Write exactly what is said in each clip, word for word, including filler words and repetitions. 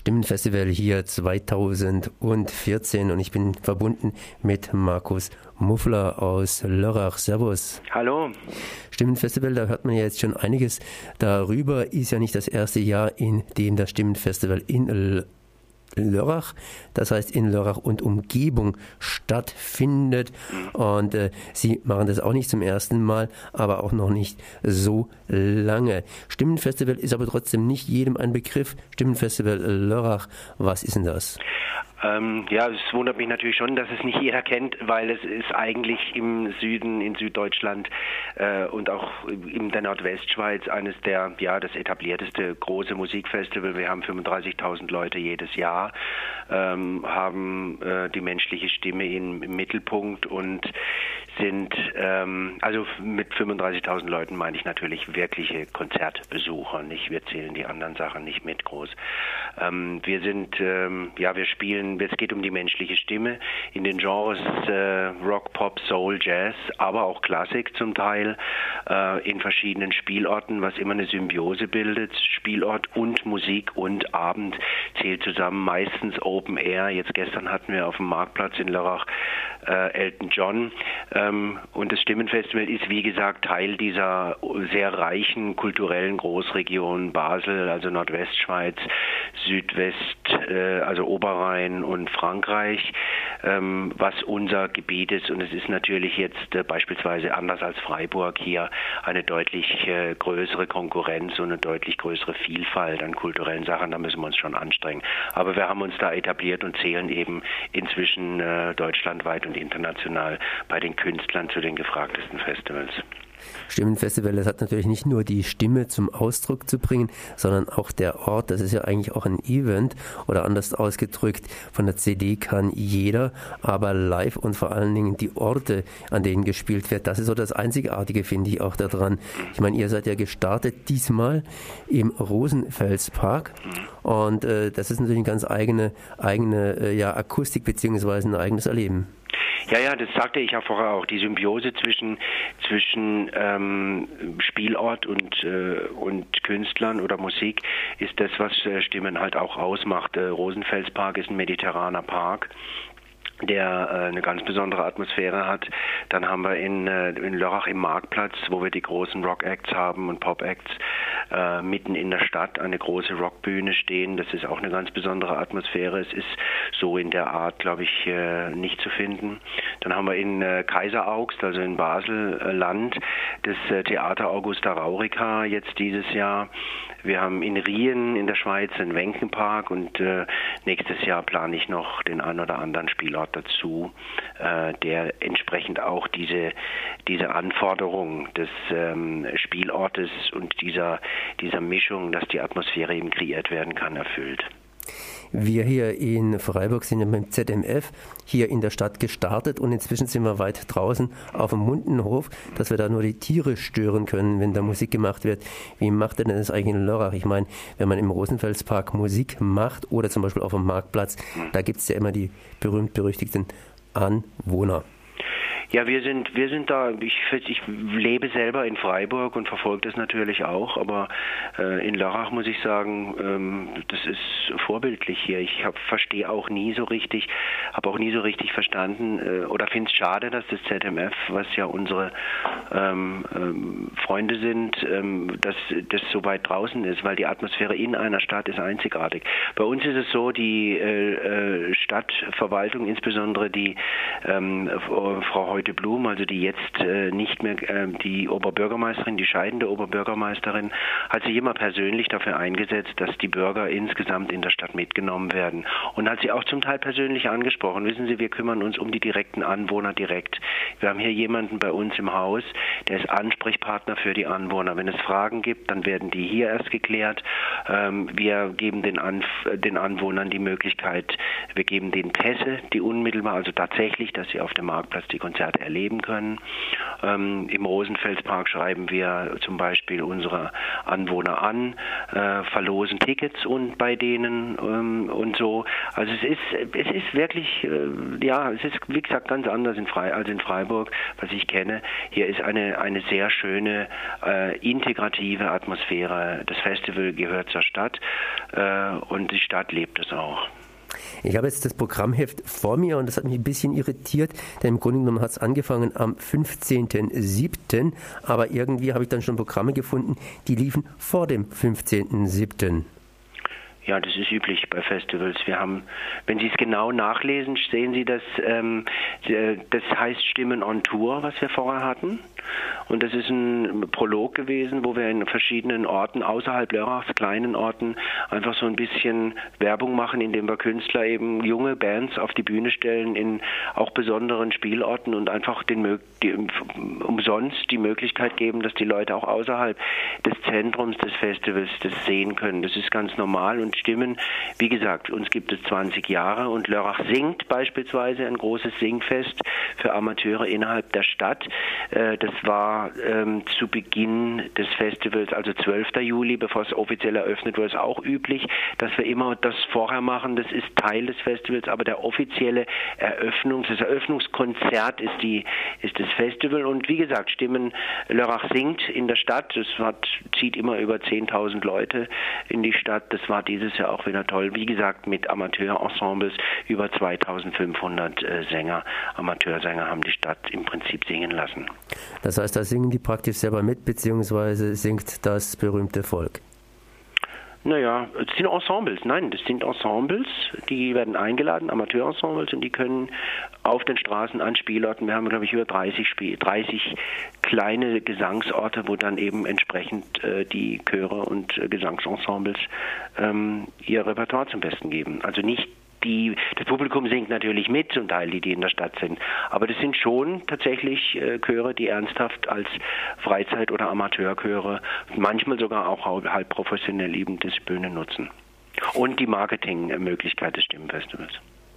Stimmenfestival hier zweitausendvierzehn und ich bin verbunden mit Markus Muffler aus Lörrach. Servus. Hallo. Stimmenfestival, da hört man ja jetzt schon einiges darüber. Ist ja nicht das erste Jahr, in dem das Stimmenfestival in L- Lörrach, das heißt in Lörrach und Umgebung stattfindet. Und äh, Sie machen das auch nicht zum ersten Mal, aber auch noch nicht so lange. Stimmenfestival ist aber trotzdem nicht jedem ein Begriff. Stimmenfestival Lörrach, was ist denn das? Ähm, ja, es wundert mich natürlich schon, dass es nicht jeder kennt, weil es ist eigentlich im Süden, in Süddeutschland äh, und auch in der Nordwestschweiz eines der, ja, das etablierteste große Musikfestival. Wir haben fünfunddreißigtausend Leute jedes Jahr, ähm, haben äh, die menschliche Stimme im, im Mittelpunkt und sind, ähm, also mit fünfunddreißigtausend Leuten meine ich natürlich wirkliche Konzertbesucher, nicht, wir zählen die anderen Sachen nicht mit groß. Ähm, wir sind, ähm, ja, wir spielen, es geht um die menschliche Stimme in den Genres äh, Rock, Pop, Soul, Jazz, aber auch Klassik zum Teil, äh, in verschiedenen Spielorten, was immer eine Symbiose bildet. Spielort und Musik und Abend zählt zusammen, meistens Open Air. Jetzt gestern hatten wir auf dem Marktplatz in Lörrach äh, Elton John. Ähm, und das Stimmenfestival ist, wie gesagt, Teil dieser sehr reichen kulturellen Großregion Basel, also Nordwestschweiz, Südwest, äh, also Oberrhein und Frankreich, ähm, was unser Gebiet ist. Und es ist natürlich jetzt äh, beispielsweise anders als Freiburg hier eine deutlich äh, größere Konkurrenz und eine deutlich größere Vielfalt an kulturellen Sachen. Da müssen wir uns schon anstrengen. Aber wir haben uns da etabliert und zählen eben inzwischen äh, deutschlandweit und international bei den Künstlern zu den gefragtesten Festivals. Stimmenfestival, das hat natürlich nicht nur die Stimme zum Ausdruck zu bringen, sondern auch der Ort. Das ist ja eigentlich auch ein Event oder anders ausgedrückt, von der C D kann jeder, aber live und vor allen Dingen die Orte, an denen gespielt wird, das ist so das Einzigartige, finde ich auch daran. Ich meine, ihr seid ja gestartet diesmal im Rosenfelspark und äh, das ist natürlich eine ganz eigene, eigene äh, ja, Akustik beziehungsweise ein eigenes Erleben. Ja, ja, das sagte ich ja vorher auch. Die Symbiose zwischen zwischen ähm, Spielort und äh, und Künstlern oder Musik ist das, was äh, Stimmen halt auch ausmacht. Äh, Rosenfelspark ist ein mediterraner Park, der äh, eine ganz besondere Atmosphäre hat. Dann haben wir in, äh, in Lörrach im Marktplatz, wo wir die großen Rock-Acts haben und Pop-Acts, äh, mitten in der Stadt eine große Rockbühne stehen. Das ist auch eine ganz besondere Atmosphäre. Es ist so in der Art, glaube ich, äh, nicht zu finden. Dann haben wir in äh, Kaiseraugst, also in Basel-Land, das äh, Theater Augusta Raurica jetzt dieses Jahr. Wir haben in Rien in der Schweiz einen Wenkenpark und äh, nächstes Jahr plane ich noch den einen oder anderen Spielort dazu, äh, der entsprechend auch diese diese Anforderung des ähm, Spielortes und dieser dieser Mischung, dass die Atmosphäre eben kreiert werden kann, erfüllt. Wir hier in Freiburg sind ja mit dem Z M F hier in der Stadt gestartet und inzwischen sind wir weit draußen auf dem Mundenhof, dass wir da nur die Tiere stören können, wenn da Musik gemacht wird. Wie macht ihr denn das eigentlich in Lörrach? Ich meine, wenn man im Rosenfelspark Musik macht oder zum Beispiel auf dem Marktplatz, da gibt es ja immer die berühmt-berüchtigten Anwohner. Ja, wir sind wir sind da, ich, ich lebe selber in Freiburg und verfolge das natürlich auch, aber äh, in Lörrach muss ich sagen, ähm, das ist vorbildlich hier. Ich verstehe auch nie so richtig, habe auch nie so richtig verstanden äh, oder finde es schade, dass das Z M F, was ja unsere ähm, ähm, Freunde sind, ähm, dass das so weit draußen ist, weil die Atmosphäre in einer Stadt ist einzigartig. Bei uns ist es so, die äh, äh, Stadtverwaltung, insbesondere die ähm, Frau Heute Blum, also die jetzt äh, nicht mehr äh, die Oberbürgermeisterin, die scheidende Oberbürgermeisterin, hat sich immer persönlich dafür eingesetzt, dass die Bürger insgesamt in der Stadt mitgenommen werden und hat sie auch zum Teil persönlich angesprochen. Wissen Sie, wir kümmern uns um die direkten Anwohner direkt. Wir haben hier jemanden bei uns im Haus, der ist Ansprechpartner für die Anwohner. Wenn es Fragen gibt, dann werden die hier erst geklärt. Ähm, wir geben den, Anf- den Anwohnern die Möglichkeit, wir geben den Pässe, die unmittelbar, also tatsächlich, dass sie auf dem Marktplatz die Konzerte Konzerte erleben können. Ähm, Im Rosenfelspark schreiben wir zum Beispiel unsere Anwohner an, äh, verlosen Tickets und bei denen ähm, und so. Also es ist, es ist wirklich, äh, ja, es ist wie gesagt ganz anders in Fre- als in Freiburg, was ich kenne. Hier ist eine, eine sehr schöne, äh, integrative Atmosphäre. Das Festival gehört zur Stadt äh, und die Stadt lebt es auch. Ich habe jetzt das Programmheft vor mir und das hat mich ein bisschen irritiert, denn im Grunde genommen hat es angefangen am fünfzehnten siebten aber irgendwie habe ich dann schon Programme gefunden, die liefen vor dem fünfzehnten siebten Ja, das ist üblich bei Festivals. Wir haben, wenn Sie es genau nachlesen, sehen Sie, dass ähm, das heißt Stimmen on Tour, was wir vorher hatten. Und das ist ein Prolog gewesen, wo wir in verschiedenen Orten außerhalb Lörrachs, kleinen Orten, einfach so ein bisschen Werbung machen, indem wir Künstler eben junge Bands auf die Bühne stellen in auch besonderen Spielorten und einfach den die, umsonst die Möglichkeit geben, dass die Leute auch außerhalb des Zentrums des Festivals das sehen können. Das ist ganz normal und Stimmen, wie gesagt, uns gibt es zwanzig Jahre und Lörrach singt beispielsweise ein großes Singfest für Amateure innerhalb der Stadt. Das war ähm, zu Beginn des Festivals, also zwölften Juli, bevor es offiziell eröffnet wurde, ist auch üblich, dass wir immer das vorher machen. Das ist Teil des Festivals, aber der offizielle Eröffnungs-, das Eröffnungskonzert ist, die, ist das Festival. Und wie gesagt, Stimmen Lörrach singt in der Stadt. Das hat, zieht immer über zehntausend Leute in die Stadt. Das war dieses Jahr auch wieder toll. Wie gesagt, mit Amateurensembles über zweitausendfünfhundert äh, Sänger, Amateursänger haben die Stadt im Prinzip singen lassen. Das heißt, da singen die praktisch selber mit, beziehungsweise singt das berühmte Volk? Naja, es sind Ensembles. Nein, das sind Ensembles, die werden eingeladen, Amateurensembles, und die können auf den Straßen an Spielorten, wir haben, glaube ich, über dreißig, Spiel, dreißig kleine Gesangsorte, wo dann eben entsprechend äh, die Chöre und äh, Gesangsensembles ähm, ihr Repertoire zum Besten geben. Also nicht Die, das Publikum singt natürlich mit, zum Teil die, die in der Stadt sind. Aber das sind schon tatsächlich äh, Chöre, die ernsthaft als Freizeit- oder Amateurchöre, manchmal sogar auch halb professionell eben das Bühne nutzen. Und die Marketingmöglichkeit des Stimmenfestivals.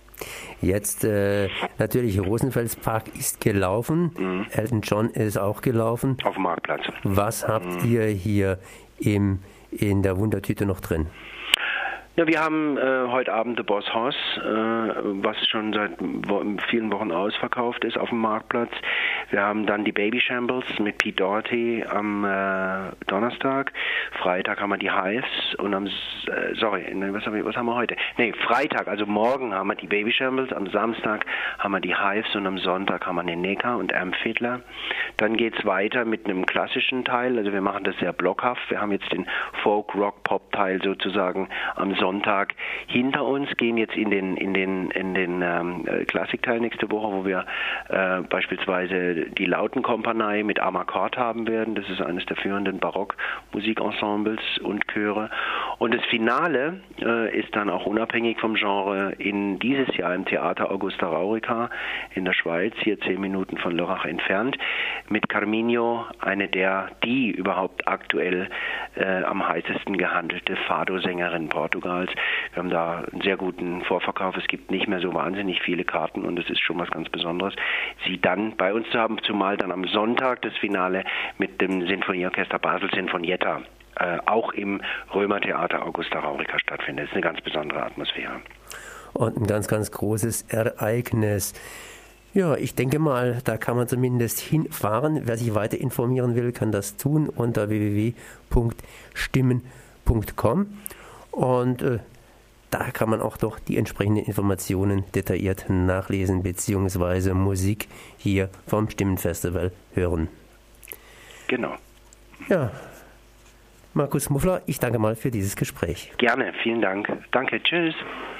Jetzt äh, natürlich Rosenfelspark ist gelaufen, mhm. Elton John ist auch gelaufen. Auf dem Marktplatz. Was habt mhm. ihr hier im, in der Wundertüte noch drin? Ja, wir haben äh, heute Abend The Boss Hoss, äh, was schon seit wo, vielen Wochen ausverkauft ist auf dem Marktplatz. Wir haben dann die Baby Shambles mit Pete Doherty am äh, Donnerstag. Freitag haben wir die Hives und am, äh, sorry, was haben, wir, was haben wir heute? Nee, Freitag, also morgen haben wir die Baby Shambles, am Samstag haben wir die Hives und am Sonntag haben wir den Neckar und Amphiddler. Dann geht's weiter mit einem klassischen Teil, also wir machen das sehr blockhaft. Wir haben jetzt den Folk-Rock-Pop-Teil sozusagen am Sonntag Sonntag hinter uns, gehen jetzt in den in den in den ähm, Klassikteil nächste Woche, wo wir äh, beispielsweise die Lautenkompanie mit Amakord haben werden. Das ist eines der führenden Barockmusikensembles und Chöre. Und das Finale äh, ist dann auch unabhängig vom Genre in dieses Jahr im Theater Augusta Raurica in der Schweiz, hier zehn Minuten von Lörrach entfernt, mit Carminho, eine der, die überhaupt aktuell äh, am heißesten gehandelte Fado-Sängerin Portugals. Wir haben da einen sehr guten Vorverkauf. Es gibt nicht mehr so wahnsinnig viele Karten und es ist schon was ganz Besonderes, sie dann bei uns zu haben, zumal dann am Sonntag das Finale mit dem Sinfonieorchester Basel Sinfonietta äh, auch im Römertheater Augusta Raurica stattfindet. Das ist eine ganz besondere Atmosphäre. Und ein ganz, ganz großes Ereignis. Ja, ich denke mal, da kann man zumindest hinfahren. Wer sich weiter informieren will, kann das tun unter w w w punkt stimmen punkt com. Und äh, da kann man auch doch die entsprechenden Informationen detailliert nachlesen bzw. Musik hier vom Stimmenfestival hören. Genau. Ja, Markus Muffler, ich danke mal für dieses Gespräch. Gerne, vielen Dank. Danke, tschüss.